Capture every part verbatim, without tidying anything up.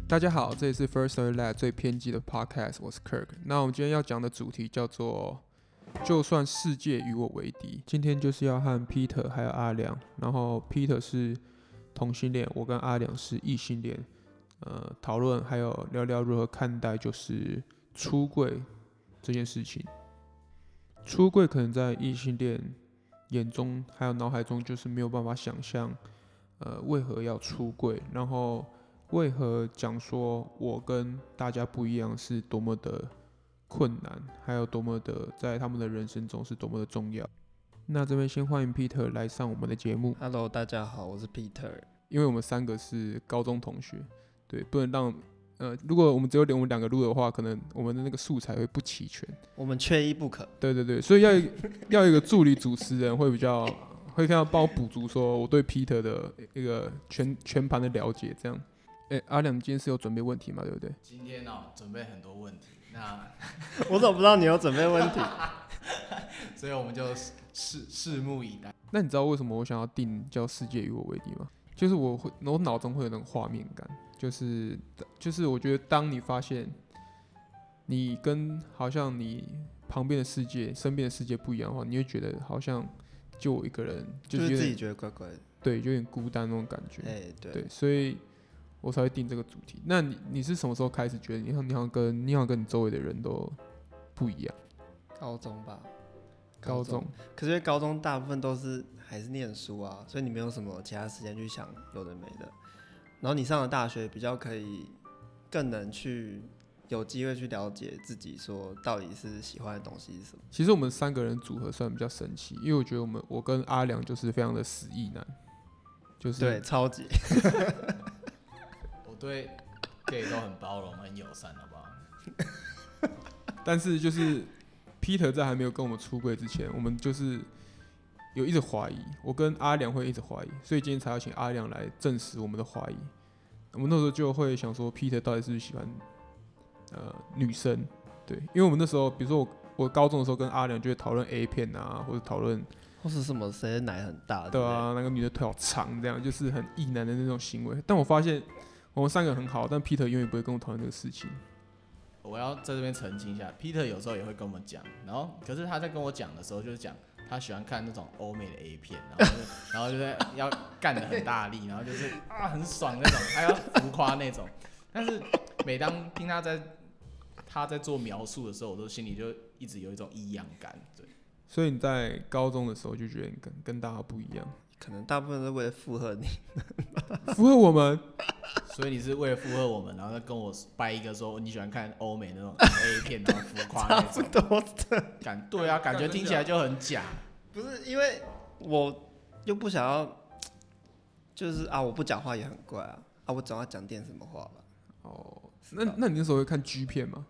大家好，这里是 First Story Lab 最偏激的 Podcast， 我是 Kirk。那我们今天要讲的主题叫做“就算世界与我为敌”。今天就是要和 Peter 还有阿良，然后 Peter 是同性恋，我跟阿良是异性恋，呃，讨论还有聊聊如何看待就是出柜这件事情。出柜可能在异性恋眼中还有脑海中就是没有办法想象，呃，为何要出柜，然后为何讲说我跟大家不一样是多么的困难，还有多么的在他们的人生中是多么的重要。那这边先欢迎 Peter 来上我们的节目。 Hello， 大家好，我是 Peter。 因为我们三个是高中同学，对，不能让呃，如果我们只有我们两个录的话，可能我们的那个素材会不齐全， 我们缺一不可。 对对对，所以要要有一个助理主持人会比较会看到帮我补足，说我对 Peter 的一个全全盘的了解，这样。哎，阿良，今天是有准备问题嘛？对不对？ 今天哦，准备很多问题，那我怎么不知道你有准备问题？ 所以我们就拭拭目以待。 那你知道为什么我想要定叫“世界与我为敌”吗？就是我会，我脑中会有那种画面感，就是就是我觉得当你发现你跟好像你旁边的世界、身边的世界不一样的话，你会觉得好像就我一个人，就就是是自己觉得怪怪的， 对，有点孤单那种感觉。 哎、欸，对， 对，所以我才会定这个主题。那你你是什么时候开始觉得你好你好像跟你好像跟你周围的人都不一样？ 高中吧， 高中， 可是因为高中大部分都是还是念书啊，所以你没有什么其他时间去想有的没的。然后你上了大学，比较可以更能去有机会去了解自己，说到底是喜欢的东西是什么。 其实我们三个人组合算比较神奇，因为我觉得我们我跟阿良就是非常的死意男，就是对，超级。 我对 gay 都很包容、很友善，好不好？ 但是就是 Peter 在还没有跟我们出柜之前，我们就是有一直怀疑，我跟阿良会一直怀疑，所以今天才要请阿良来证实我们的怀疑。我们那时候就会想说 ，Peter 到底是不是喜欢呃女生？对，因为我们那时候，比如说我我高中的时候跟阿良就会讨论 A 片啊，或者讨论或是什么谁的奶很大， 对啊，那个女的腿好长，这样就是很异男的那种行为。但我发现我们三个很好，但 Peter 永远不会跟我讨论这个事情。 我要在这边澄清一下 ，Peter 有时候也会跟我们讲，然后可是他在跟我讲的时候，就是讲他喜欢看那种欧美的 A 片，然后就然后就是要干得很大力，然后就是啊很爽那种，还要浮夸那种。但是每当听他在他在做描述的时候，我都心里就一直有一种异样感，对。 所以你在高中的时候就觉得你跟跟大家不一样， 可能大部分都是为了附和你， 符合我们。 所以你是为了附和我们，然后再跟我掰一个说你喜欢看欧美那种 A 片，然后浮夸那种。 差不多的。 感对啊，感觉听起来就很假。 不是因为我又不想要，就是啊，我不讲话也很怪啊，啊，我总要讲点什么话吧。 哦，那那你那时候会看 G 片吗？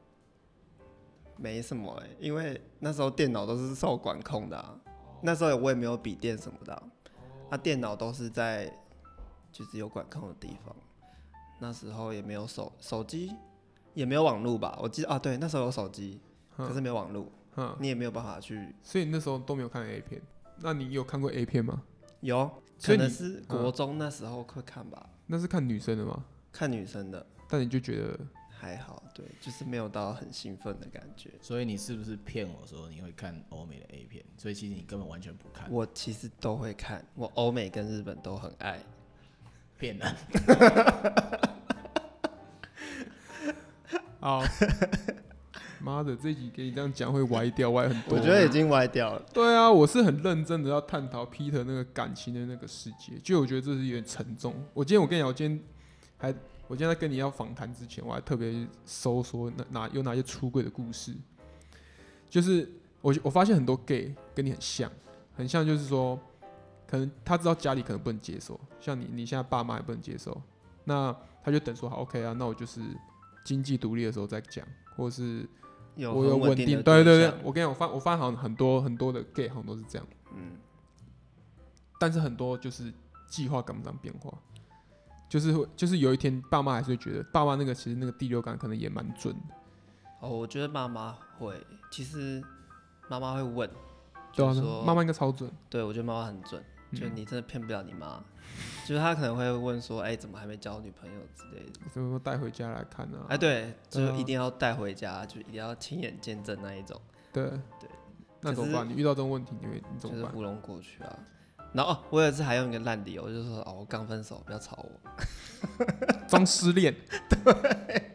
没什么哎、欸，因为那时候电脑都是受管控的啊，那时候我也没有笔电什么的啊，啊电脑都是在就是有管控的地方，那时候也没有手手机，也没有网路吧？我记得啊，对，那时候有手机，可是没有网路，你也没有办法去。 所以你那时候都没有看 A 片，那你有看过 A 片吗？ 有，可能是国中那时候会看吧。 那是看女生的吗？ 看女生的， 但你就觉得还好，对，就是没有到很兴奋的感觉。 所以你是不是骗我说你会看欧美的 A 片？所以其实你根本完全不看。 我其实都会看，我欧美跟日本都很爱。 骗人。 好，妈的，这集给你这样讲会歪掉，歪很多。 我觉得已经歪掉了。 对啊，我是很认真的要探讨 Peter 那个感情的那个世界，就我觉得这是有点沉重。我今天我跟你讲，我今天还我今天在跟你要访谈之前，我还特别搜索哪哪有哪些出柜的故事。就是我我发现很多 gay 跟你很像，很像就是说，可能他知道家里可能不能接受，像你你现在爸妈也不能接受，那他就等说好 OK 啊，那我就是经济独立的时候再讲，或者是我有稳定，对对对，我跟你讲，我发我发现好像很多很多的 gay 好像都是这样，嗯，但是很多就是计划赶不上变化，就是就是有一天爸妈还是会觉得，爸妈那个其实那个第六感可能也蛮准的。 哦，我觉得妈妈会，其实妈妈会问， 对啊， 就是说妈妈应该超准。 对，我觉得妈妈很准， 就你真的骗不了你妈。就是他可能会问说，哎、欸，怎么还没交女朋友之类的？ 什么带回家来看啊？ 哎、欸，对，就一定要带回家，就一定要亲眼见证那一种。 对对， 那怎么办？你遇到这种问题，你会你怎么办？ 就是糊弄过去啊。然后哦，我有一次还用一个烂理由，就是说哦，我刚分手，不要吵我。 装失恋。 对。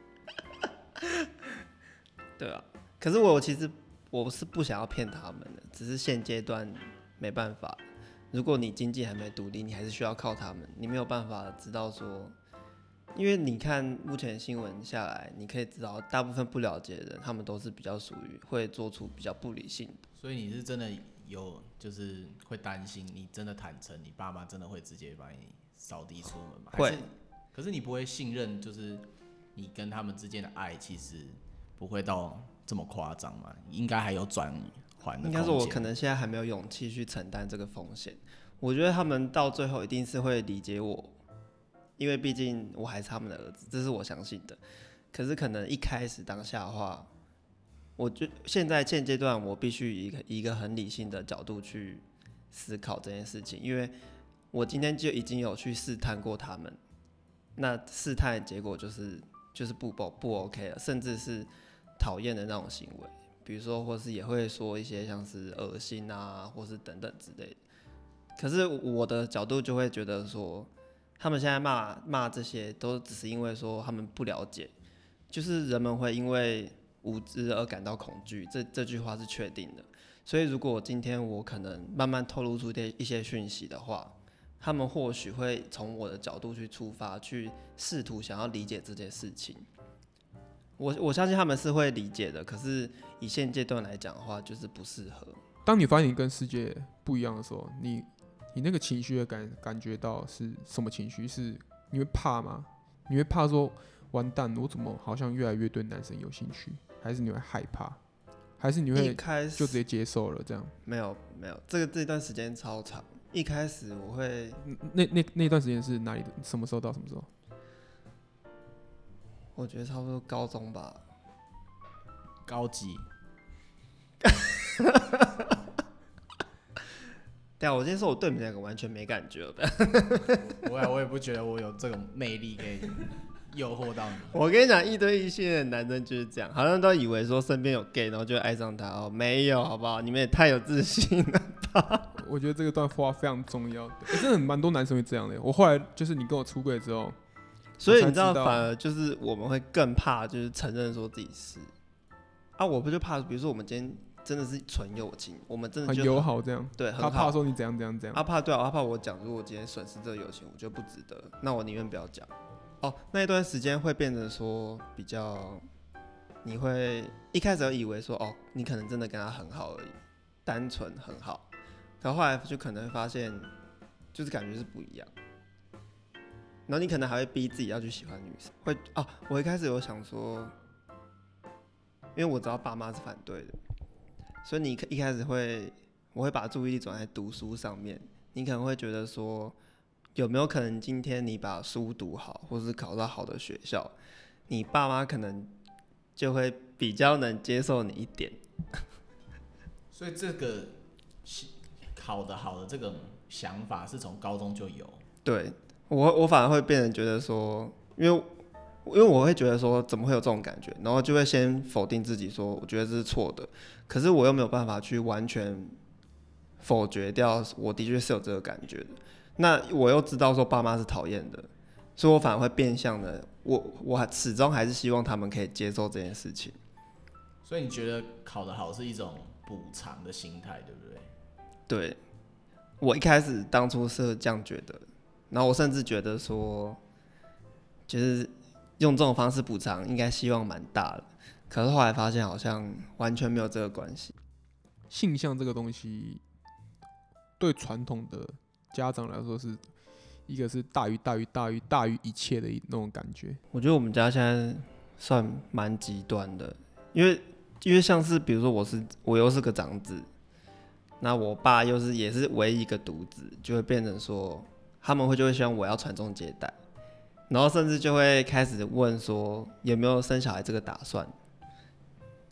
对啊，可是我其实我是不想要骗他们的，只是现阶段没办法。如果你经济还没独立，你还是需要靠他们，你没有办法知道说，因为你看目前新闻下来，你可以知道大部分不了解的人，他们都是比较属于会做出比较不理性的。 所以你是真的有就是会担心，你真的坦诚，你爸妈真的会直接把你扫地出门吗？ 会。 可是你不会信任，就是你跟他们之间的爱其实不会到这么夸张嘛？应该还有转还的空间。 应该说，我可能现在还没有勇气去承担这个风险。我觉得他们到最后一定是会理解我，因为毕竟我还是他们的儿子，这是我相信的。可是可能一开始当下的话，我觉现在现阶段我必须以一个以一个很理性的角度去思考这件事情，因为我今天就已经有去试探过他们，那试探的结果就是就是不不不 OK 了，甚至是讨厌的那种行为，比如说或是也会说一些像是恶心啊，或是等等之类的。可是我的角度就会觉得说，他们现在骂骂这些都只是因为说他们不了解，就是人们会因为无知而感到恐惧，这这句话是确定的。所以如果今天我可能慢慢透露出一些讯息的话，他们或许会从我的角度去出发，去试图想要理解这件事情。我我相信他们是会理解的，可是以现阶段来讲的话，就是不适合。 当你发现你跟世界不一样的时候，你你那个情绪的感感觉到是什么情绪？是你会怕吗？你会怕说完蛋，我怎么好像越来越对男生有兴趣？还是你会害怕？还是你会就直接接受了这样？ 没有没有，这个这段时间超长。一开始我会那那那段时间是哪里的？什么时候到什么时候？ 我觉得差不多高中吧。 高级。 对啊，我今天说我对你们两个完全没感觉了。 我也我也不觉得我有这种魅力可以诱惑到你。 我跟你讲，一堆异性的男生就是这样，好像都以为说身边有 gay， 然后就会爱上他哦。没有，好不好？你们也太有自信了吧？ 我觉得这个段话非常重要的，欸、真的蛮多男生会这样的。我后来就是你跟我出柜之后， 所以你知道，反而就是我们会更怕，就是承认说自己是啊，我不就怕，比如说我们今天真的是纯友情，我们真的就很友好这样， 对，很他好。 怕说你怎样怎样怎样， 他怕对啊，他怕我讲，如果我今天损失这个友情，我觉得不值得，那我宁愿不要讲。哦，那一段时间会变成说比较，你会一开始有以为说哦，你可能真的跟他很好而已，单纯很好，可后来就可能会发现，就是感觉是不一样。然后你可能还会逼自己要去喜欢女生，会哦，我一开始有想说，因为我知道爸妈是反对的，所以你一开始会，我会把注意力转在读书上面，你可能会觉得说。有没有可能今天你把书读好，或是考到好的学校，你爸妈可能就会比较能接受你一点。 所以这个考得好的这种想法是从高中就有。 对，我我反而会变成觉得说，因为因为我会觉得说，怎么会有这种感觉，然后就会先否定自己说，我觉得这是错的。可是我又没有办法去完全否决掉，我的确是有这个感觉的。那我又知道说爸妈是讨厌的，所以我反而会变相的，我我始终还是希望他们可以接受这件事情。 所以你觉得考得好是一种补偿的心态，对不对？ 对，我一开始当初是这样觉得，然后我甚至觉得说，就是用这种方式补偿，应该希望蛮大的。可是后来发现好像完全没有这个关系。 性向这个东西，对传统的家长来说是一个是大于大于大于大于一切的那种感觉。 我觉得我们家现在算蛮极端的，因为因为像是比如说我是我又是个长子，那我爸又是也是唯一一个独子，就会变成说他们会就会希望我要传宗接代，然后甚至就会开始问说有没有生小孩这个打算。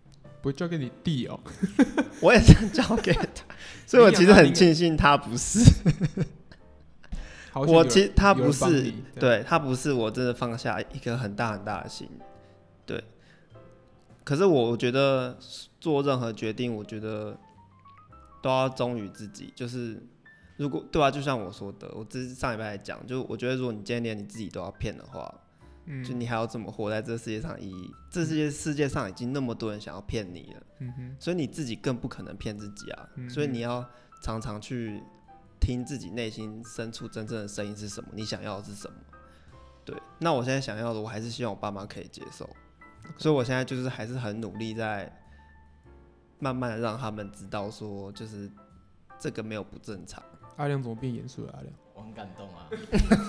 不会交给你弟哦、 我也是交给他，所以我其实很庆幸他不是。我其实他不是，对他不是，我真的放下一个很大很大的心，对。可是我觉得做任何决定，我觉得都要忠于自己。就是如果对啊，就像我说的，我这上礼拜来讲，就我觉得如果你今天连你自己都要骗的话，嗯、就你还要怎么活在这个世界上意义？这世界世界上已经那么多人想要骗你了，嗯、所以你自己更不可能骗自己啊。嗯、所以你要常常去听自己内心深处真正的声音是什么，你想要的是什么。对，那我现在想要的，我还是希望我爸妈可以接受。Okay. 所以我现在就是还是很努力在慢慢的让他们知道说，就是这个没有不正常。 阿亮怎么变严肃了？阿亮， 我很感动啊。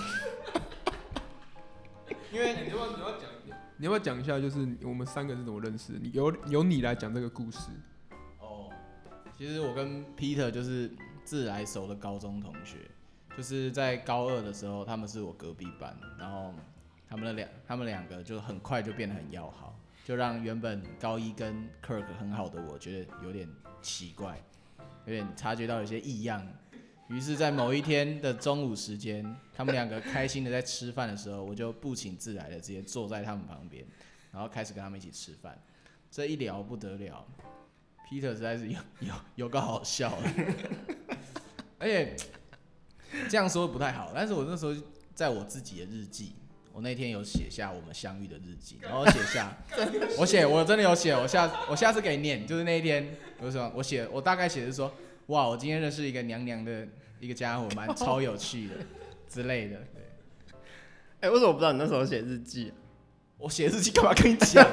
因为你要不要你要讲，你要不要讲一下，就是我们三个是怎么认识的？你由由你来讲这个故事。 哦，其实我跟 Peter 就是自来熟的高中同学，就是在高二的时候，他们是我隔壁班，然后他们的两他们两个就很快就变得很要好，就让原本高一跟 Kirk 很好的我觉得有点奇怪，有点察觉到有些异样。于是，在某一天的中午时间，他们两个开心的在吃饭的时候，我就不请自来的直接坐在他们旁边，然后开始跟他们一起吃饭。这一聊不得了 ，Peter 实在是有有有够好笑的，而且这样说不太好，但是我那时候在我自己的日记，我那天有写下我们相遇的日记，然后写下，我写我真的有写，我下我下次给你念，就是那一天有什么，我写我大概写的是说。哇！我今天认识一个娘娘的一个家伙，蛮超有趣的之类的。对， 哎、欸，为什么我不知道你那时候写日记、啊？ 我写日记干嘛跟你讲？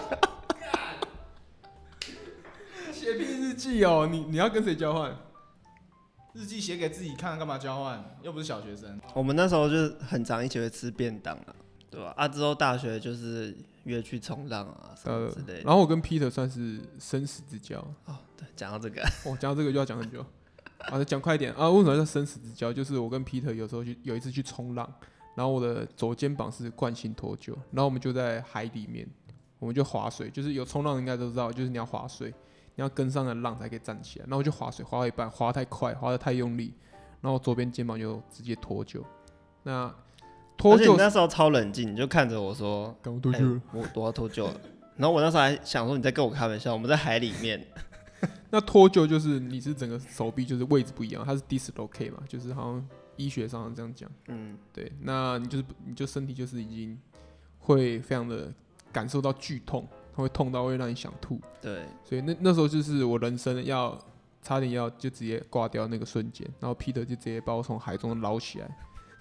写屁日记哦！你你要跟谁交换？ 日记写给自己看，干嘛交换？又不是小学生。 我们那时候就是很常一起会吃便当啊，对吧？啊，之后大学就是约去冲浪啊什么之类的。 然后我跟 Peter 算是生死之交。 哦，对，讲到这个， 哦，讲到这个就要讲很久。啊，讲快一点啊！为什么叫生死之交？就是我跟 Peter 有时候去有一次去冲浪，然后我的左肩膀是惯性脱臼，然后我们就在海里面，我们就划水，就是有冲浪的应该都知道，就是你要划水，你要跟上了浪才可以站起来。然后我就划水，划到一半，划太快，划得太用力，然后左边肩膀就直接脱臼。那脱臼，而且你那时候超冷静，你就看着我说：“ 我脱臼了， 我我要脱臼了。”然后我那时候还想说你在跟我开玩笑，我们在海里面。 那脱臼就是你是整个手臂就是位置不一样，它是 dislocate 嘛，就是好像医学上这样讲。嗯，对，那你就是你就身体就是已经会非常的感受到剧痛，它会痛到会让你想吐。 对， 所以那那时候就是我人生要差点要就直接挂掉那个瞬间，然后 Peter 就直接把我从海中捞起来。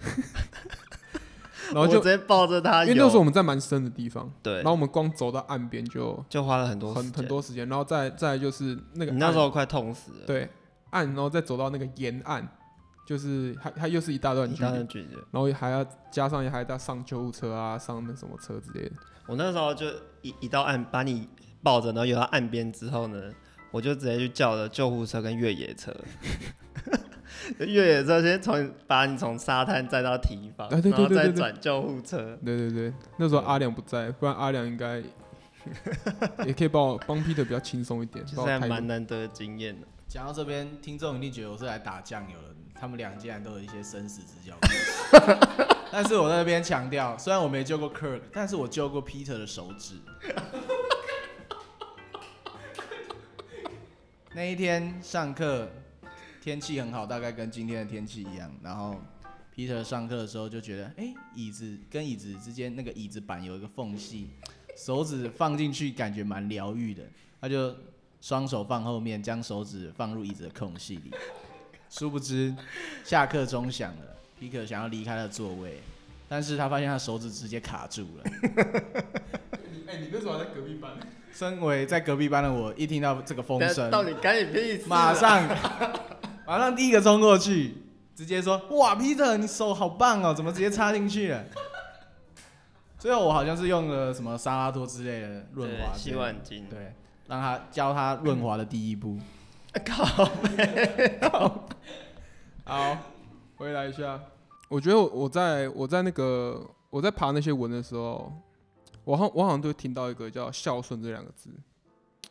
然后就我直接抱着他， 因为那时候我们在蛮深的地方， 对， 然后我们光走到岸边就就花了很多很很多时间，然后再再来就是那个你那时候快痛死了， 对，岸，然后再走到那个沿岸，就是它它又是一大段距离， 距离， 然后还要加上还要上救护车啊，上那什么车之类的。 我那时候就一一到岸把你抱着，然后游到岸边之后呢，我就直接去叫了救护车跟越野车。越野车先从把你从沙滩载到堤防， 啊、对对对对对， 然后再转救护车。 对对对，那时候阿良不在，不然阿良应该也可以帮我帮 Peter 比较轻松一点。 其实还蛮难得的经验的。 讲到这边，听众一定觉得我是来打酱油的，他们俩竟然都有一些生死之交。但是我在那边强调，虽然我没救过 Kirk， 但是我救过 Peter 的手指。那一天上课。天气很好，大概跟今天的天气一样。然后 Peter 上课的时候就觉得，哎、欸，椅子跟椅子之间那个椅子板有一个缝隙，手指放进去感觉蛮疗愈的。他就双手放后面，将手指放入椅子的空隙里。殊不知，下课钟响了 ，Peter 想要离开了座位，但是他发现他手指直接卡住了。 哎、欸，你那时候还在隔壁班。 身为在隔壁班的我，一听到这个风声， 到底干你屁事？ 马上。马上第一个冲过去，直接说：“哇 ，Peter， 你手好棒哦，怎么直接插进去了？”最后我好像是用了什么沙拉托之类的润滑洗碗巾， 对，让他教他润滑的第一步。 靠北， 好，回来一下。我觉得我在我在那个我在爬那些文的时候，我好我好像都听到一个叫孝顺这两个字。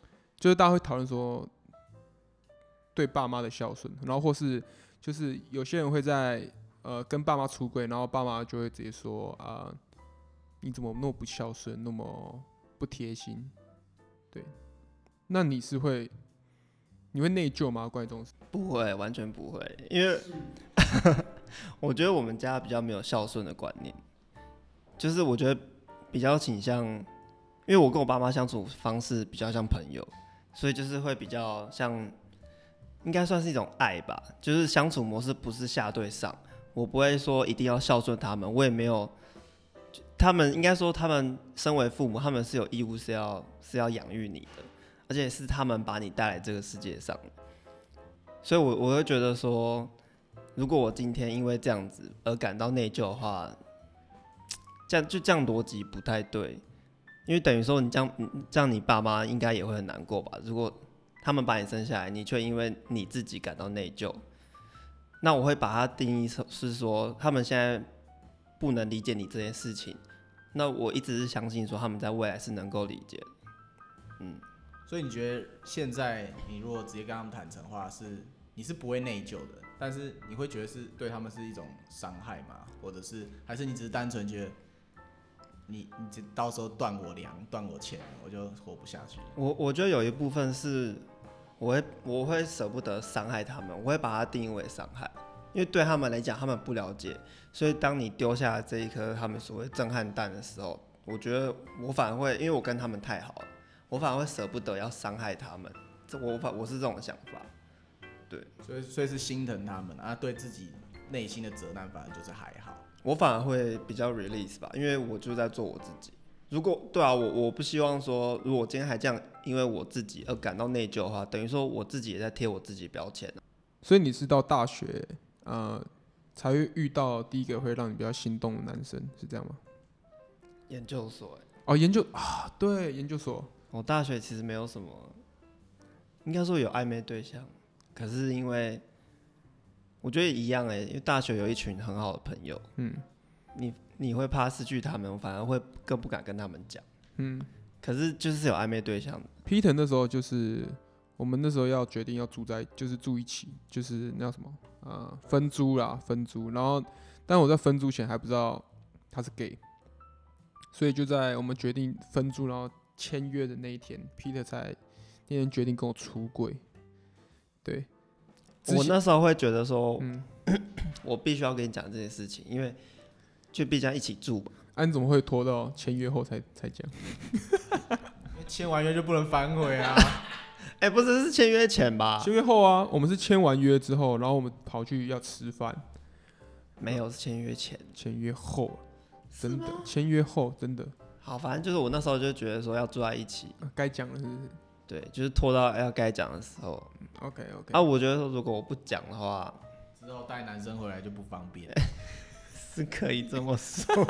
就是大家会讨论说对爸妈的孝顺，然后或是就是有些人会在呃跟爸妈出轨，然后爸妈就会直接说啊、呃、你怎么那么不孝顺，那么不贴心？对，那你是会你会内疚吗？关于这种事？ 不会，完全不会，因为我觉得我们家比较没有孝顺的观念，就是我觉得比较倾向，因为我跟我爸妈相处方式比较像朋友，所以就是会比较像，应该算是一种爱吧，就是相处模式不是下对上，我不会说一定要孝顺他们，我也没有，他们应该说他们身为父母，他们是有义务是要是要养育你的，而且是他们把你带来这个世界上，所以我我会觉得说，如果我今天因为这样子而感到内疚的话，这样就这样逻辑不太对，因为等于说你这样这样你爸妈应该也会很难过吧？如果他们把你生下来，你却因为你自己感到内疚，那我会把它定义成是说他们现在不能理解你这件事情，那我一直是相信说他们在未来是能够理解的，嗯。 所以你觉得现在你如果直接跟他们坦诚的话，是你是不会内疚的，但是你会觉得是对他们是一种伤害吗？或者是还是你只是单纯觉得你你到时候断我粮断我钱，我就活不下去？ 我我觉得有一部分是我会我会舍不得伤害他们，我会把它定义为伤害，因为对他们来讲他们不了解，所以当你丢下这一颗他们所谓震撼弹的时候，我觉得我反而会因为我跟他们太好了。我反而会舍不得要伤害他们，这我反我是这种想法，对， 所以所以是心疼他们啊，对自己内心的责难反而就是还好。 我反而会比较 release 吧，因为我就在做我自己。如果对啊，我我不希望说，如果我今天还这样，因为我自己而感到内疚的话，等于说我自己也在贴我自己标签。 所以你是到大学呃才会遇到第一个会让你比较心动的男生，是这样吗？ 研究所、欸， 哦，研究啊，对，研究所。 我大学其实没有什么，应该说有暧昧对象，可是因为我觉得一样哎、欸，因为大学有一群很好的朋友，嗯，你你会怕失去他们，我反而会更不敢跟他们讲，嗯，可是就是有暧昧对象的。 Peter 那时候就是我们那时候要决定要住在，就是住一起，就是那叫什么呃分租啦，分租，然后但我在分租前还不知道他是 gay， 所以就在我们决定分租，然后签约的那一天 ，Peter 才那天决定跟我出柜。对， 我那时候会觉得说， 嗯， 我必须要跟你讲这件事情，因为就毕竟一起住嘛。 啊，你怎么会拖到签约后才才讲？ 签完约就不能反悔啊！ 哎、欸，不是，是签约前吧？ 签约后啊，我们是签完约之后，然后我们跑去要吃饭。 没有，是签约前。 签约后，真的，签约后真的。 好，反正就是我那时候就觉得说要住在一起， 该讲了是不是？ 对，就是拖到要该讲的时候。 OK OK。 啊，我觉得说如果我不讲的话， 之后带男生回来就不方便。 是可以这么说。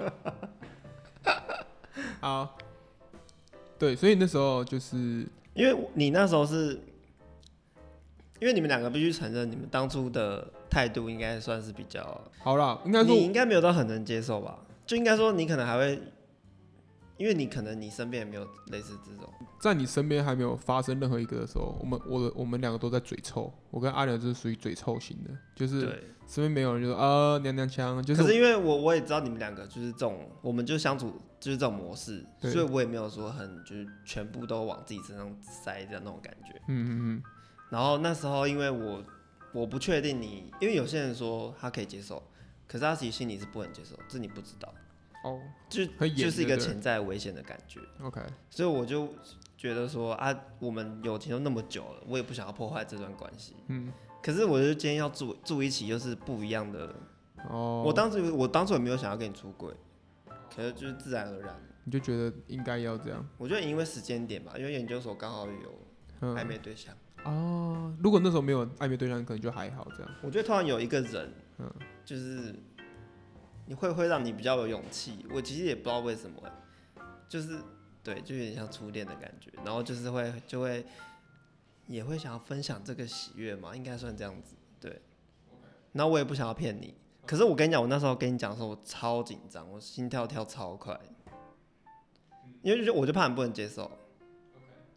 好，对，所以那时候就是因为你那时候是，因为你们两个必须承认，你们当初的态度应该算是比较好啦，应该说你应该没有到很能接受吧？就应该说你可能还会。因为你可能你身边也没有类似这种， 在你身边还没有发生任何一个的时候，我们我的我们两个都在嘴臭。我跟阿良就是属于嘴臭型的，就是身边没有人就说啊娘娘腔，就是。 可是因为我我也知道你们两个就是这种，我们就相处就是这种模式，所以我也没有说很就是全部都往自己身上塞的那种感觉。嗯嗯嗯。然后那时候因为我我不确定你，因为有些人说他可以接受，可是他其实心里是不能接受，这你不知道。哦，就就是一个潜在危险的感觉。 OK， 所以我就觉得说啊，我们友情都那么久了，我也不想要破坏这段关系。嗯，可是我就今天要住住一起，又是不一样的。哦，我当时我当初也没有想要跟你出轨，可是就是自然而然， 你就觉得应该要这样。 我觉得因为时间点吧，因为研究所刚好有暧昧对象。 嗯、哦，如果那时候没有暧昧对象，可能就还好这样。 我觉得突然有一个人，嗯，就是。你会会让你比较有勇气，我其实也不知道为什么，就是对，就有点像初恋的感觉，然后就是会就会也会想要分享这个喜悦嘛，应该算这样子，对。然后我也不想要骗你，可是我跟你讲，我那时候跟你讲的时候，我超紧张，我心跳跳超快，因为就我就怕你不能接受，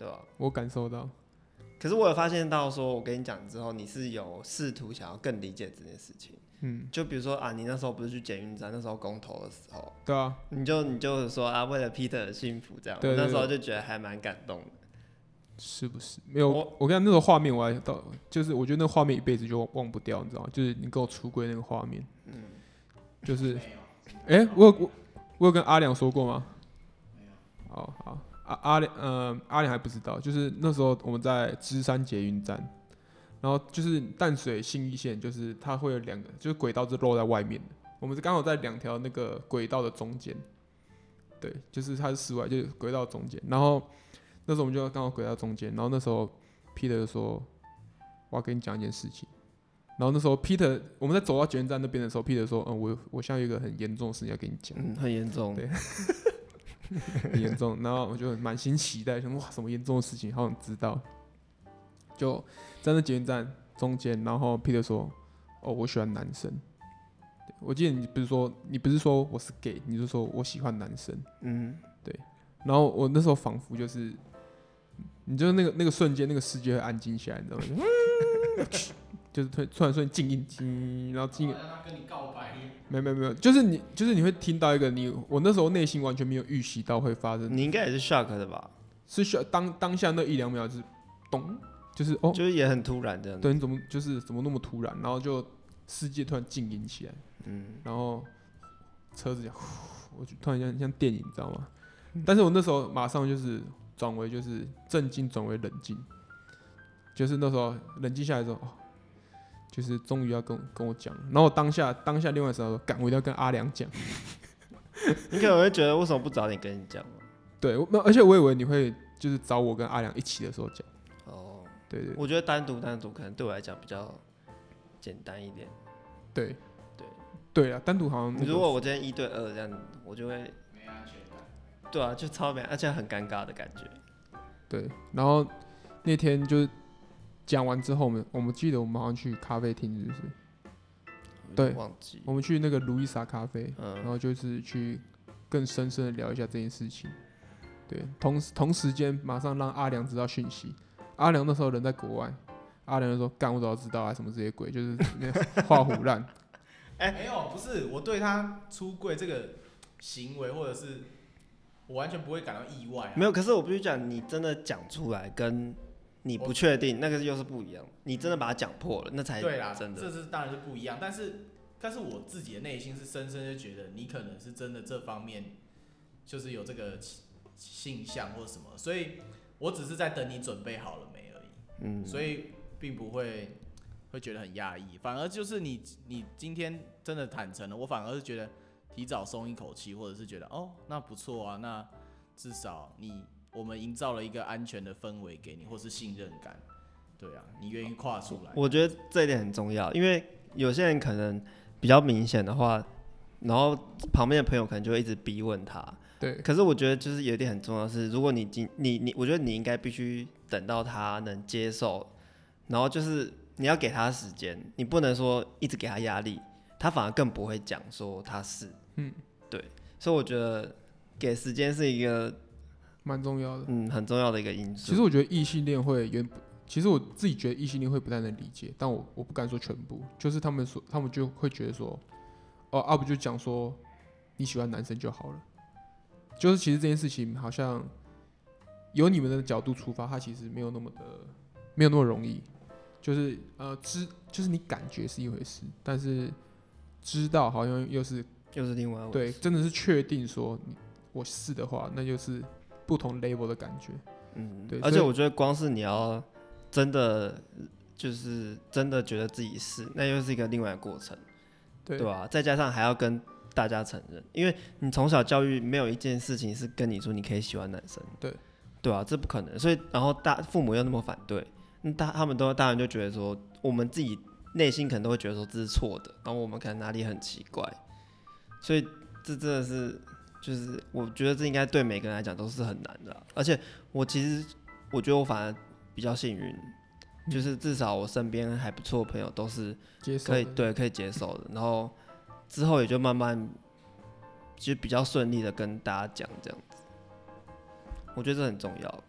对吧？ 我感受到。 可是我有发现到说，我跟你讲之后，你是有试图想要更理解这件事情。 嗯， 就比如说啊，你那时候不是去捷运站，那时候公投的时候， 对啊， 你就你就说啊，为了 Peter 的幸福这样， 对对对， 我那时候就觉得还蛮感动的。 是不是？没有， 我我跟你讲那个画面，我还到，就是我觉得那个画面一辈子就忘不掉，你知道吗？就是你跟我出柜那个画面，嗯，就是，哎、欸，我有我我有跟阿良说过吗？没有。好好，阿阿良，呃，阿良还不知道，就是那时候我们在芝山捷运站。然后就是淡水信义线，就是它会有两个，就是轨道是露在外面的。我们是刚好在两条那个轨道的中间，对，就是它是室外，就是轨道中间。然后那时候我们就刚好轨道中间，然后那时候 Peter 就说：“我要跟你讲一件事情。”然后那时候 Peter 我们在走到捷运站那边的时候 ，Peter 说：“嗯，我我现在有一个很严重的事情要跟你讲。” 嗯，很严重， 对，很严重。然后我就满心期待，想哇，什么严重的事情，好想知道。就在那捷运站中间，然后 Peter 说：“哦，我喜欢男生。”我记得你不是说你不是说我是 gay， 你就说我喜欢男生。嗯，对。然后我那时候仿佛就是，你就是那个那个瞬间，那个世界会安静下来，你知道吗？就是突突然瞬间静音静，然后静。让他跟你告白。没有没有没有，就是你就是你会听到一个你我那时候内心完全没有预习到会发生。 你应该也是 shock 的吧？ 是 shock 当当下那一两秒就是咚。就是哦， 就是也很突然这样子。 对，你怎么就是怎么那么突然？然后就世界突然静音起来，嗯，然后车子就，我就突然像像电影，你知道吗？嗯、但是我那时候马上就是转为就是震惊，转为冷静，就是那时候冷静下来之后，哦，就是终于要跟跟我讲。然后我当下当下另外的时候，赶我一定要跟阿良讲。 你可能会觉得为什么不早点跟你讲？ 对，而且我以为你会就是找我跟阿良一起的时候讲。对对， 我觉得单独单独可能对我来讲比较简单一点。 对对对啊，单独好像、那個。 如果我今天一对二这样，我就会没安全感。对啊，就超没，而且很尴尬的感觉。 对，然后那天就是讲完之后，我们我们记得我们好像去咖啡厅，是不是？对， 忘记。 我们去那个路易莎咖啡， 嗯、 然后就是去更深深的聊一下这件事情。对，同同时间马上让阿良知道讯息。阿良那时候人在国外，阿良就说：“干，我早知道啊，什么这些鬼，就是画虎烂。” 哎，没有，不是我对他出柜这个行为，或者是我完全不会感到意外、啊。 没有，可是我必须讲，你真的讲出来，跟你不确定那个又是不一样。你真的把它讲破了，那才对啦， 真的。 这是当然是不一样，但是但是我自己的内心是深深的觉得，你可能是真的这方面就是有这个性向或什么，所以。我只是在等你准备好了没而已，嗯，所以并不会会觉得很压抑，反而就是你你今天真的坦诚了，我反而是觉得提早松一口气，或者是觉得哦那不错啊，那至少你我们营造了一个安全的氛围给你，或是信任感，对啊，你愿意跨出来， 我觉得这一点很重要，因为有些人可能比较明显的话，然后旁边的朋友可能就会一直逼问他。 对， 可是我觉得就是有一点很重要的是，如果你你你，我觉得你应该必须等到他能接受，然后就是你要给他时间，你不能说一直给他压力，他反而更不会讲说他是，嗯，对，所以我觉得给时间是一个蛮重要的， 嗯，很重要的一个因素。 其实我觉得异性恋会原，其实我自己觉得异性恋会不太能理解，但我我不敢说全部，就是他们说他们就会觉得说，哦，阿、啊、不就讲说你喜欢男生就好了。就是其实这件事情好像由你们的角度出发，它其实没有那么的没有那么容易。就是呃知就是你感觉是一回事，但是知道好像又是又是另外一回事。 对，真的是确定说你我是的话，那就是不同 level 的感觉。 嗯，对。而且我觉得光是你要真的就是真的觉得自己是，那又是一个另外的过程，对吧、啊？再加上还要跟大家承认，因为你从小教育没有一件事情是跟你说你可以喜欢男生， 对对啊，这不可能。所以然后大父母又那么反对，那大他们都当然就觉得说，我们自己内心可能都会觉得说这是错的，然后我们可能哪里很奇怪，所以这真的是就是我觉得这应该对每个人来讲都是很难的、啊。而且我其实我觉得我反而比较幸运，就是至少我身边还不错的朋友都是可以对可以接受的，然后。之后也就慢慢就比较顺利的跟大家讲这样子，我觉得这很重要。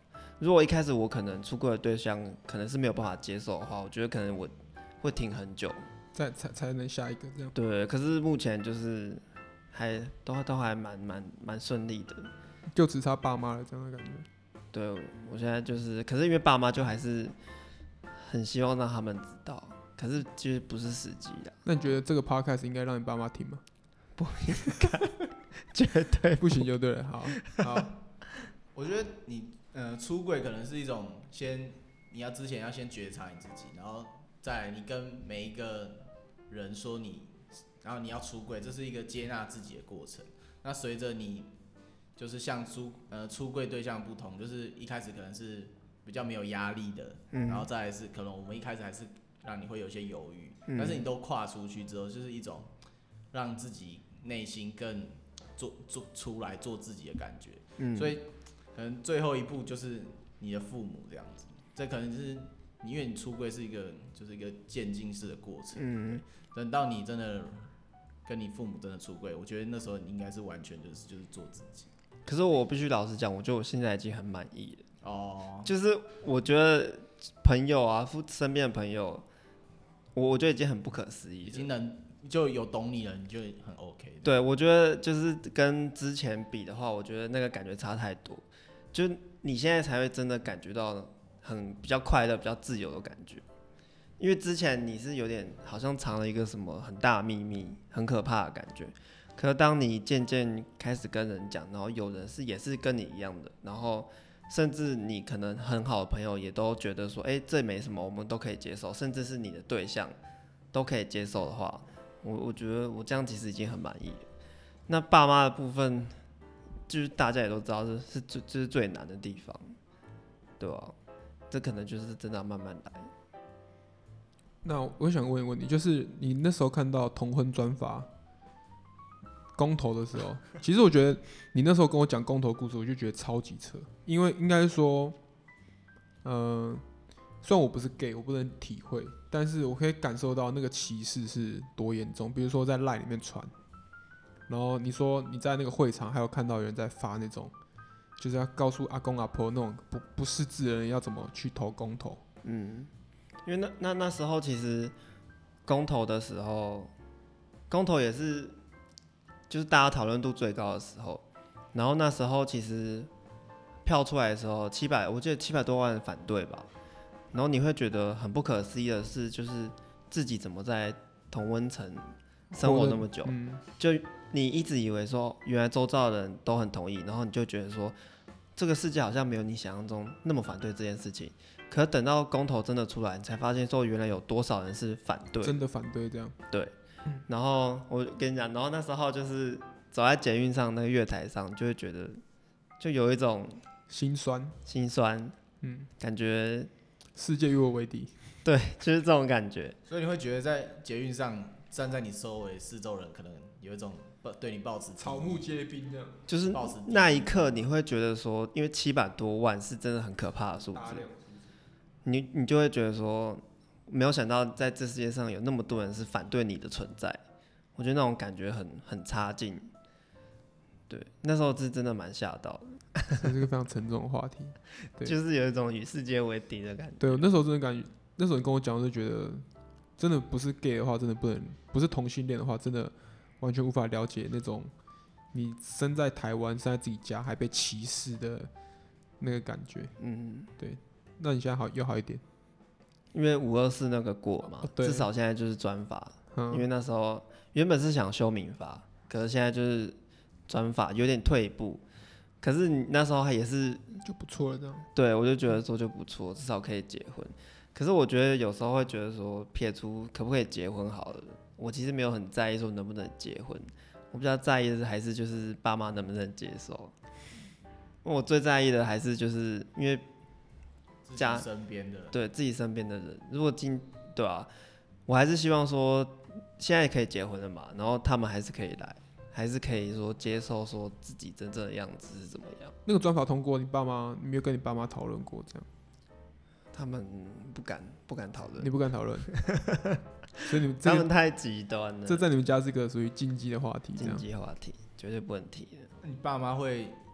如果一开始我可能出柜的对象可能是没有办法接受的话，我觉得可能我会停很久， 再才才能下一个这样。 对，可是目前就是还都都还蛮蛮蛮顺利的， 就只差爸妈了这样的感觉。 对，我现在就是，可是因为爸妈就还是很希望让他们知道，可是其实不是时机的。 那你觉得这个 podcast 应该让你爸妈听吗？ 不应该，绝对不行就对了。好，好， 我觉得你呃出柜可能是一种先你要之前要先觉察你自己，然后再来你跟每一个人说你，然后你要出柜，这是一个接纳自己的过程。那随着你就是像出呃出柜对象不同，就是一开始可能是比较没有压力的，嗯、然后再来是可能我们一开始还是让你会有些犹豫，嗯、但是你都跨出去之后，就是一种让自己内心更做做出来做自己的感觉。嗯、所以可能最后一步就是你的父母这样子，这可能就是因为你出柜是一个就是一个渐进式的过程。嗯、等到你真的跟你父母真的出柜，我觉得那时候你应该是完全就是就是做自己。 可是我必须老实讲，我觉得我现在已经很满意了。 哦， 就是我觉得朋友啊，身边的朋友，我我觉得已经很不可思议了， 已经能就有懂你了，你就很 OK。 对，我觉得就是跟之前比的话，我觉得那个感觉差太多。就你现在才会真的感觉到很比较快乐、比较自由的感觉，因为之前你是有点好像藏了一个什么很大的秘密，很可怕的感觉。可是当你渐渐开始跟人讲，然后有人是也是跟你一样的，然后甚至你可能很好的朋友也都觉得说，哎、欸，这没什么，我们都可以接受，甚至是你的对象都可以接受的话，我我觉得我这样其实已经很满意了。那爸妈的部分，就是大家也都知道这是最这是最难的地方，对吧、啊？这可能就是真的要慢慢来。 那我想问一个问题，就是你那时候看到同婚专法公投的时候，其实我觉得你那时候跟我讲公投故事，我就觉得超级扯，因为应该说，呃，虽然我不是 gay， 我不能体会，但是我可以感受到那个歧视是多严重。比如说在 LINE 里面传，然后你说你在那个会场还有看到有人在发那种，就是要告诉阿公阿婆那种不不识字的人要怎么去投公投。 嗯，因为那那那时候其实公投的时候，公投也是。就是大家讨论度最高的时候，然后那时候其实票出来的时候，七百，我记得七百多万反对吧，然后你会觉得很不可思议的是，就是自己怎么在同温层生活那么久，嗯、就你一直以为说原来周遭的人都很同意，然后你就觉得说这个世界好像没有你想象中那么反对这件事情，可是等到公投真的出来，你才发现说原来有多少人是反对， 真的反对这样， 对。然后我跟你讲，然后那时候就是走在捷运上那个月台上，就会觉得就有一种心酸， 心酸， 嗯， 感觉世界与我为敌， 对，就是这种感觉。 所以你会觉得在捷运上站在你周围四周人，可能有一种对你抱持草木皆兵这样， 就是那一刻你会觉得说，因为七百多万是真的很可怕的数字，你你就会觉得说。没有想到在这世界上有那么多人是反对你的存在，我觉得那种感觉很很差劲。对，那时候是真的蛮吓到的。 这是个非常沉重的话题，对， 就是有一种与世界为敌的感觉。 对，我那时候真的感觉，那时候你跟我讲，我就觉得，真的不是 gay 的话，真的不能，不是同性恋的话，真的完全无法了解那种你身在台湾，身在自己家还被歧视的那个感觉。嗯，对。那你现在好又好一点。 因为五二四那个过嘛，哦、至少现在就是专法、嗯。因为那时候原本是想修民法，可是现在就是专法，有点退一步。可是你那时候也是就不错了，这样。 对，我就觉得说就不错，至少可以结婚。可是我觉得有时候会觉得说，撇除可不可以结婚好了，我其实没有很在意说能不能结婚，我比较在意的是还是就是爸妈能不能接受。我最在意的还是就是因为。 家身边的对自己身边的人，如果今对啊，我还是希望说现在可以结婚了嘛，然后他们还是可以来，还是可以说接受说自己真正的样子是怎么样。 那个专法通过，你爸妈你没有跟你爸妈讨论过这样？ 他们不敢不敢讨论， 你不敢讨论，所以你们他们太极端了。 这在你们家是个属于禁忌的话题， 禁忌话题绝对不能提的。 你爸妈会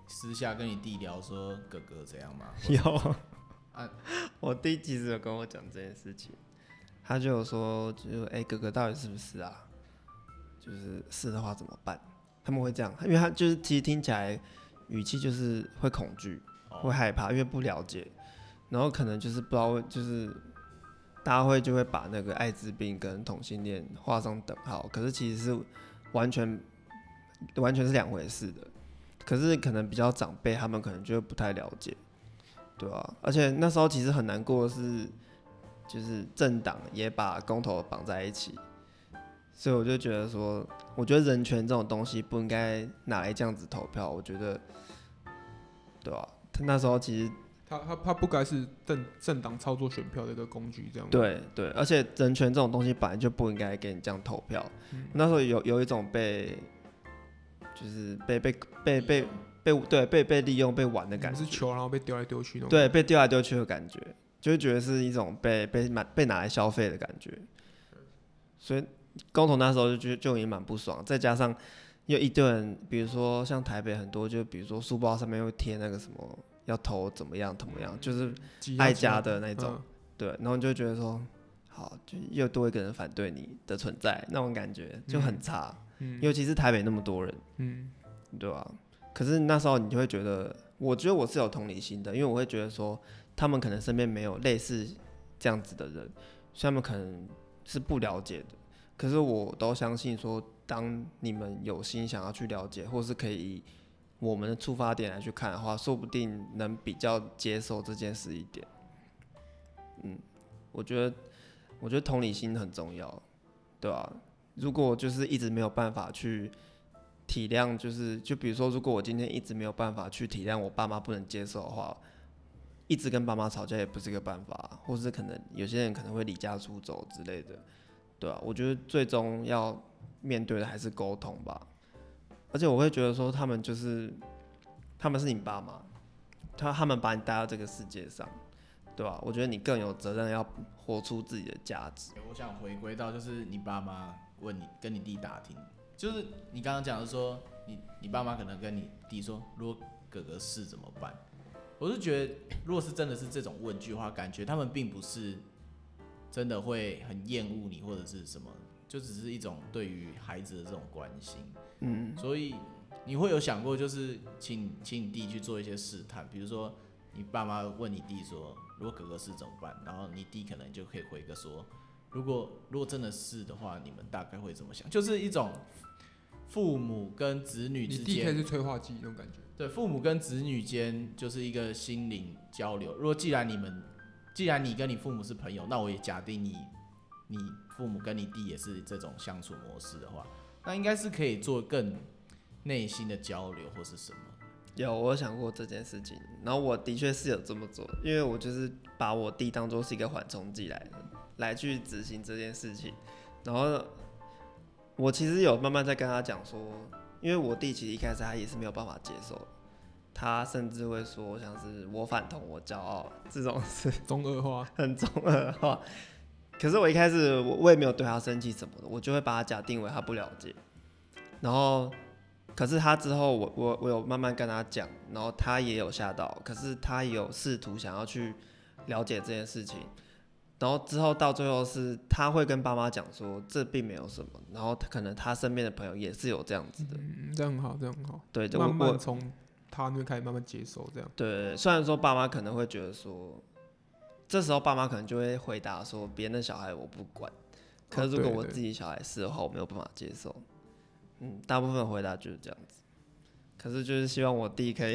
私下跟你弟聊说哥哥怎样吗？ 有啊， 我弟其实有跟我讲这件事情，他就有说，就哎、欸、哥哥到底是不是啊？就是是的话怎么办？他们会这样，因为他就是其实听起来语气就是会恐惧，会害怕，因为不了解，然后可能就是不知道，就是大家会就会把那个艾滋病跟同性恋画上等号，可是其实是完全完全是两回事的。可是可能比较长辈，他们可能就会不太了解，对啊，而且那时候其实很难过的是，就是政党也把公投绑在一起，所以我就觉得说，我觉得人权这种东西不应该拿来这样子投票，我觉得，对啊，他那时候其实他他他不该是政政党操作选票的一个工具，这样。 对对，而且人权这种东西本来就不应该给你这样投票。嗯、那时候有有一种被，就是被被被被被对被被利用被玩的感觉， 是球然后被丢来丢去那种。 对，被丢来丢去的感觉，就会觉得是一种被被被拿来消费的感觉。所以公投那时候就觉得就已经蛮不爽，再加上有一堆人，比如说像台北很多，就比如说书包上面会贴那个什么要投怎么样怎么样，就是爱家的那种，嗯、对，然后你就觉得说，好，就又多一个人反对你的存在，那种感觉就很差，嗯、尤其是台北那么多人，嗯，对吧、啊？可是那时候你就会觉得，我觉得我是有同理心的，因为我会觉得说，他们可能身边没有类似这样子的人，所以他们可能是不了解的。可是我都相信说，当你们有心想要去了解，或是可以以我们的出发点来去看的话，说不定能比较接受这件事一点。嗯，我觉得，我觉得同理心很重要，对吧、啊？如果就是一直没有办法去体谅，就是就比如说，如果我今天一直没有办法去体谅我爸妈不能接受的话，一直跟爸妈吵架也不是个办法，或是可能有些人可能会离家出走之类的。对啊，我觉得最终要面对的还是沟通吧。而且我会觉得说，他们就是他们是你爸妈，他他们把你带到这个世界上，对吧、啊？我觉得你更有责任要活出自己的价值。 我想回归到就是你爸妈问你跟你弟打听，就是你刚刚讲的说，你你爸妈可能跟你弟说，如果哥哥是怎么办？我是觉得，如果是真的是这种问句的话，感觉他们并不是真的会很厌恶你或者是什么，就只是一种对于孩子的这种关心。嗯，所以你会有想过，就是请请你弟去做一些试探，比如说你爸妈问你弟说，如果哥哥是怎么办？然后你弟可能就可以回个说，如果如果真的是的话，你们大概会怎么想？就是一种父母跟子女之间， 你弟可以是催化剂那种感觉。 对，父母跟子女间就是一个心灵交流。如果既然你们既然你跟你父母是朋友，那我也假定你，你父母跟你弟也是这种相处模式的话，那应该是可以做更内心的交流或是什么。 有，我有想过这件事情，然后我的确是有这么做，因为我就是把我弟当作是一个缓冲剂来来去执行这件事情，然后我其实有慢慢在跟他讲说，因为我弟其实一开始他也是没有办法接受的。他甚至会说，像是我反同，我骄傲这种是中二话， 很中二的话。可是我一开始我我也没有对他生气什么的，我就会把他假定为他不了解。然后，可是他之后我我我有慢慢跟他讲，然后他也有吓到，可是他也有试图想要去了解这件事情。然后之后到最后是他会跟爸妈讲说，这并没有什么。然后可能他身边的朋友也是有这样子的， 嗯，这样很好，这样很好。 对，就慢慢从他那边开始慢慢接受这样。 对，虽然说爸妈可能会觉得说，这时候爸妈可能就会回答说，别人的小孩我不管。可是如果我自己小孩是的话，我没有办法接受。嗯，大部分的回答就是这样子。可是就是希望我弟可以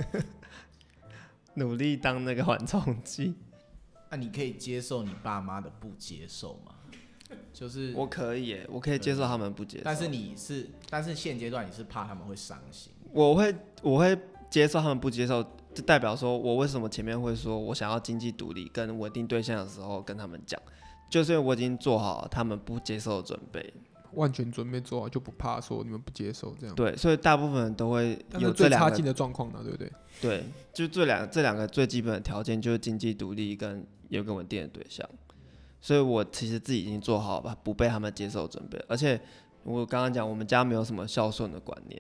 努力当那个缓冲剂。 那、啊、你可以接受你爸妈的不接受吗？就是我可以耶，我可以接受他们不接受。 但是你是，但是现阶段你是怕他们会伤心。 我会，我会接受他们不接受，就代表说我为什么前面会说我想要经济独立跟稳定对象的时候跟他们讲，就是因为我已经做好他们不接受的准备， 万全准备做好就不怕说你们不接受这样。 对，所以大部分人都会有这两个最差劲的状况呢，对不对？ 对，就这两这两个最基本的条件就是经济独立跟有个稳定的对象，所以我其实自己已经做好吧不被他们接受的准备，而且我刚刚讲我们家没有什么孝顺的观念。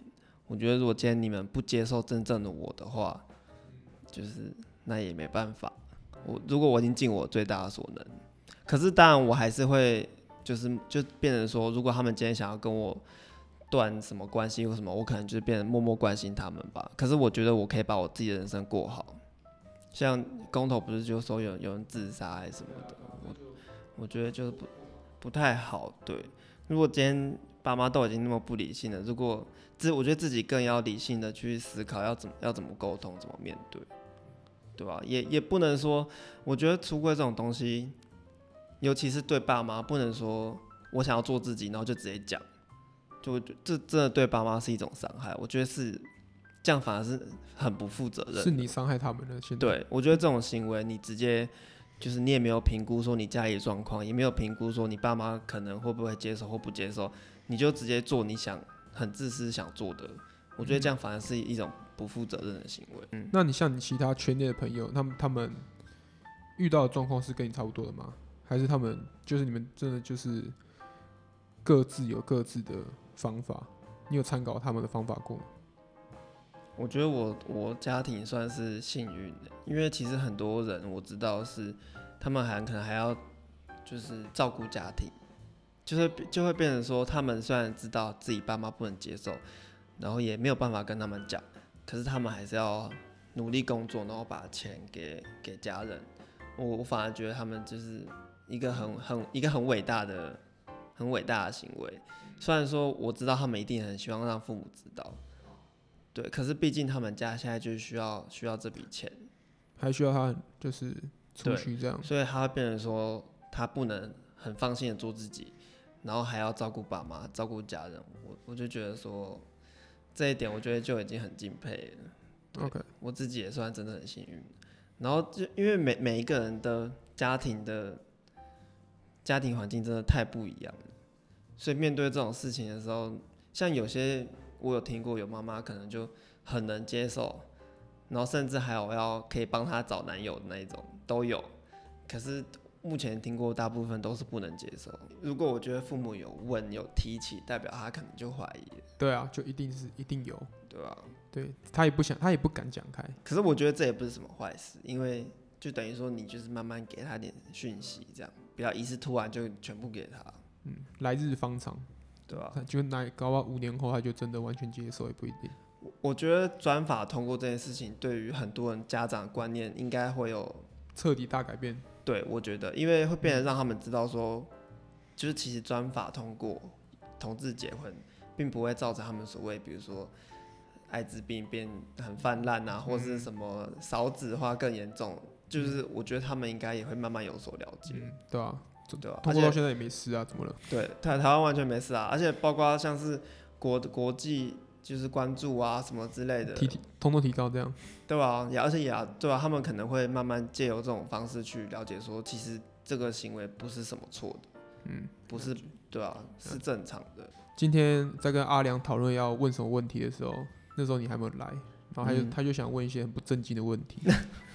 我觉得如果今天你们不接受真正的我的话，就是那也没办法。我如果我已经尽我最大的所能，可是当然我还是会，就是就变成说，如果他们今天想要跟我断什么关系或什么，我可能就是变成默默关心他们吧。可是我觉得我可以把我自己的人生过好。像公投不是就说有有人自杀还是什么的，我我觉得就是不不太好。对，如果今天爸妈都已经那么不理性了，如果自我觉得自己更要理性的去思考要怎么要怎么沟通，怎么面对，对吧？也也不能说，我觉得出柜这种东西，尤其是对爸妈，不能说我想要做自己，然后就直接讲，就这真的对爸妈是一种伤害。我觉得是这样，反而是很不负责任的。 是你伤害他们了。现在对，我觉得这种行为，你直接就是你也没有评估说你家里的状况，也没有评估说你爸妈可能会不会接受或不接受，你就直接做你想很自私想做的，我觉得这样反而是一种不负责任的行为。嗯， 那你像你其他圈内的朋友，他们他们遇到的状况是跟你差不多的吗？还是他们就是你们真的就是各自有各自的方法？你有参考他们的方法过吗？ 我觉得我我家庭算是幸运的，因为其实很多人我知道是他们还可能还要就是照顾家庭，就是就会变成说他们虽然知道自己爸妈不能接受，然后也没有办法跟他们讲，可是他们还是要努力工作，然后把钱给给家人。我我反而觉得他们就是一个很很一个很伟大的很伟大的行为。虽然说我知道他们一定很希望让父母知道。对，可是毕竟他们家现在就需要需要这笔钱， 还需要他就是储蓄这样， 所以他会变成说他不能很放心的做自己，然后还要照顾爸妈、照顾家人。我我就觉得说这一点，我觉得就已经很敬佩了。 OK， 我自己也算真的很幸运。然后就因为每每一个人的家庭的家庭环境真的太不一样了，所以面对这种事情的时候，像有些。我有听过有妈妈可能就很能接受，然后甚至还有要可以帮她找男友的那一种都有，可是目前听过大部分都是不能接受。如果我觉得父母有问有提起，代表他可能就怀疑了。 对啊，就一定是一定有， 对吧、啊？ 对他也不想，他也不敢讲开。 可是我觉得这也不是什么坏事，因为就等于说你就是慢慢给他点讯息，这样不要一次突然就全部给他。 嗯，来日方长。 对吧、 啊？就那搞不好五年后他就真的完全接受，也不一定。 我觉得专法通过这件事情，对于很多人家长观念应该会有彻底大改变。 对，我觉得，因为会变得让他们知道说，就是其实专法通过同志结婚，并不会造成他们所谓，比如说艾滋病变很泛滥啊，或是什么少子化更严重。就是我觉得他们应该也会慢慢有所了解。 嗯，对啊。 对啊， 通过到现在也没事啊，怎么了？ 对，台台湾完全没事啊，而且包括像是国国际就是关注啊什么之类的， 提提通通提高这样， 对吧？也而且也对啊，他们可能会慢慢借由这种方式去了解说，其实这个行为不是什么错的， 嗯， 不是对啊，是正常的。 今天在跟阿良讨论要问什么问题的时候，那时候你还没有来，然后他就、嗯、他就想问一些很不正经的问题。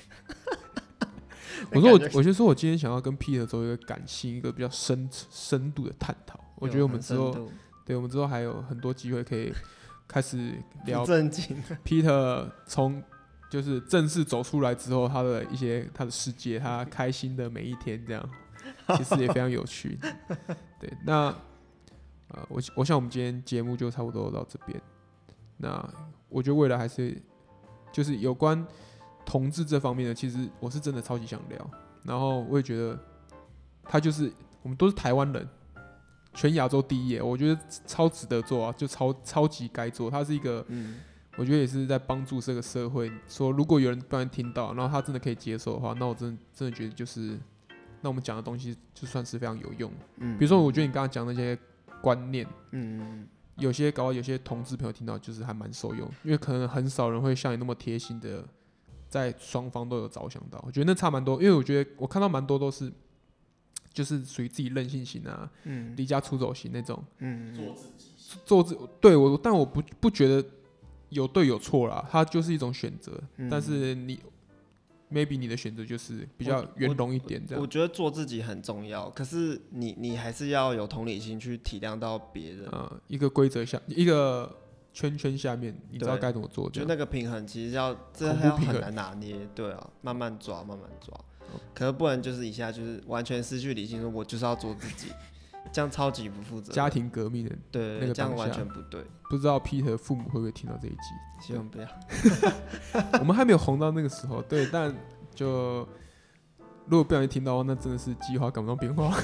我说我我就说我今天想要跟 Peter 做一个感性、一个比较深深度的探讨。我觉得我们之后，对我们之后还有很多机会可以开始聊正经。 Peter 从就是正式走出来之后，他的一些他的世界，他开心的每一天，这样其实也非常有趣。对，那呃，我我想我们今天节目就差不多到这边。那我觉得未来还是就是有关同志这方面的，其实我是真的超级想聊。然后我也觉得他就是我们都是台湾人，全亚洲第一耶，我觉得超值得做啊，就超超级该做。他是一个，嗯，我觉得也是在帮助这个社会。说如果有人不然听到，然后他真的可以接受的话，那我真的真的觉得就是，那我们讲的东西就算是非常有用。嗯，比如说我觉得你刚刚讲那些观念，嗯，有些搞到有些同志朋友听到就是还蛮受用，因为可能很少人会像你那么贴心的，在双方都有着想到。我觉得那差蛮多，因为我觉得我看到蛮多都是。就是属于自己任性型啊，嗯，离家出走型那种，嗯，做自己，做自对我，但我不不觉得有对有错啦，它就是一种选择，嗯，但是你 maybe 你的选择就是比较圆融一点这样。 我, 我, 我觉得做自己很重要，可是你你还是要有同理心去体谅到别人， 呃，一个规则下，一个圈圈下面，你知道该怎么做， 就那个平衡其实要这恐怖平衡要很难拿捏，对啊，慢慢抓，慢慢抓，可能不能就是一下就是完全失去理性，说我就是要做自己，这样超级不负责任。 家庭革命的对， 那个这样当下完全不对。 不知道 Peter 父母会不会听到这一集？ 希望不要。 我们还没有红到那个时候，对，但就如果不小心听到，那真的是计划赶不上变化。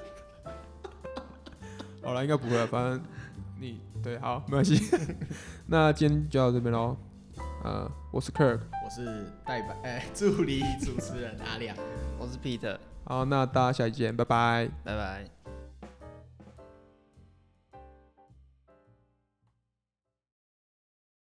好了，应该不会了，反正你对，好，没关系。那今天就到这边喽。呃，我是 Kirk， 我是代班哎、助理主持人阿亮， 我是 Peter， 好，那大家下期见，拜拜。 拜拜。